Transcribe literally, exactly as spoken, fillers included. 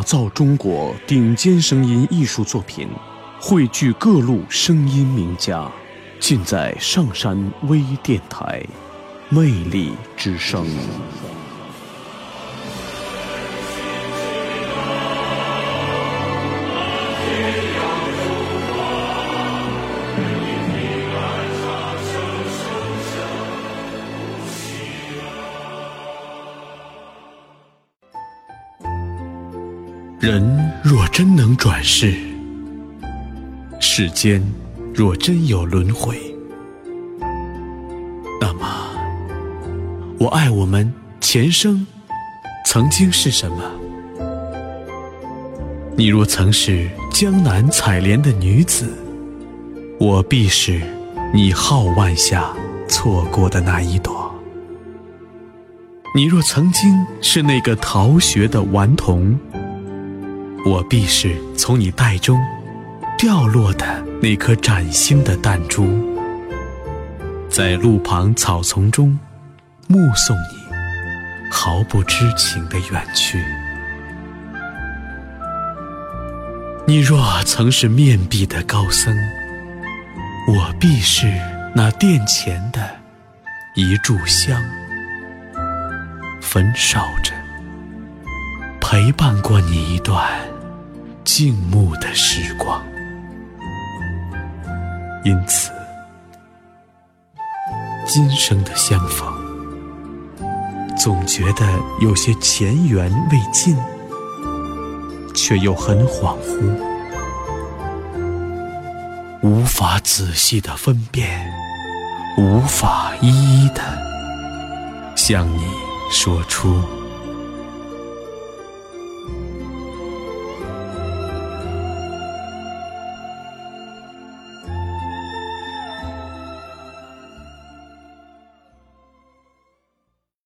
造中国顶尖声音艺术作品，汇聚各路声音名家，尽在上山微电台，魅力之声。人若真能转世，世间若真有轮回，那么我爱我们前生曾经是什么？你若曾是江南采莲的女子，我必是你皓腕下错过的那一朵。你若曾经是那个逃学的顽童，我必是从你袋中掉落的那颗崭新的弹珠，在路旁草丛中目送你毫不知情地远去。你若曾是面壁的高僧，我必是那殿前的一炷香，焚烧着陪伴过你一段静穆的时光。因此今生的相逢，总觉得有些前缘未尽，却又很恍惚，无法仔细地分辨，无法一一地向你说出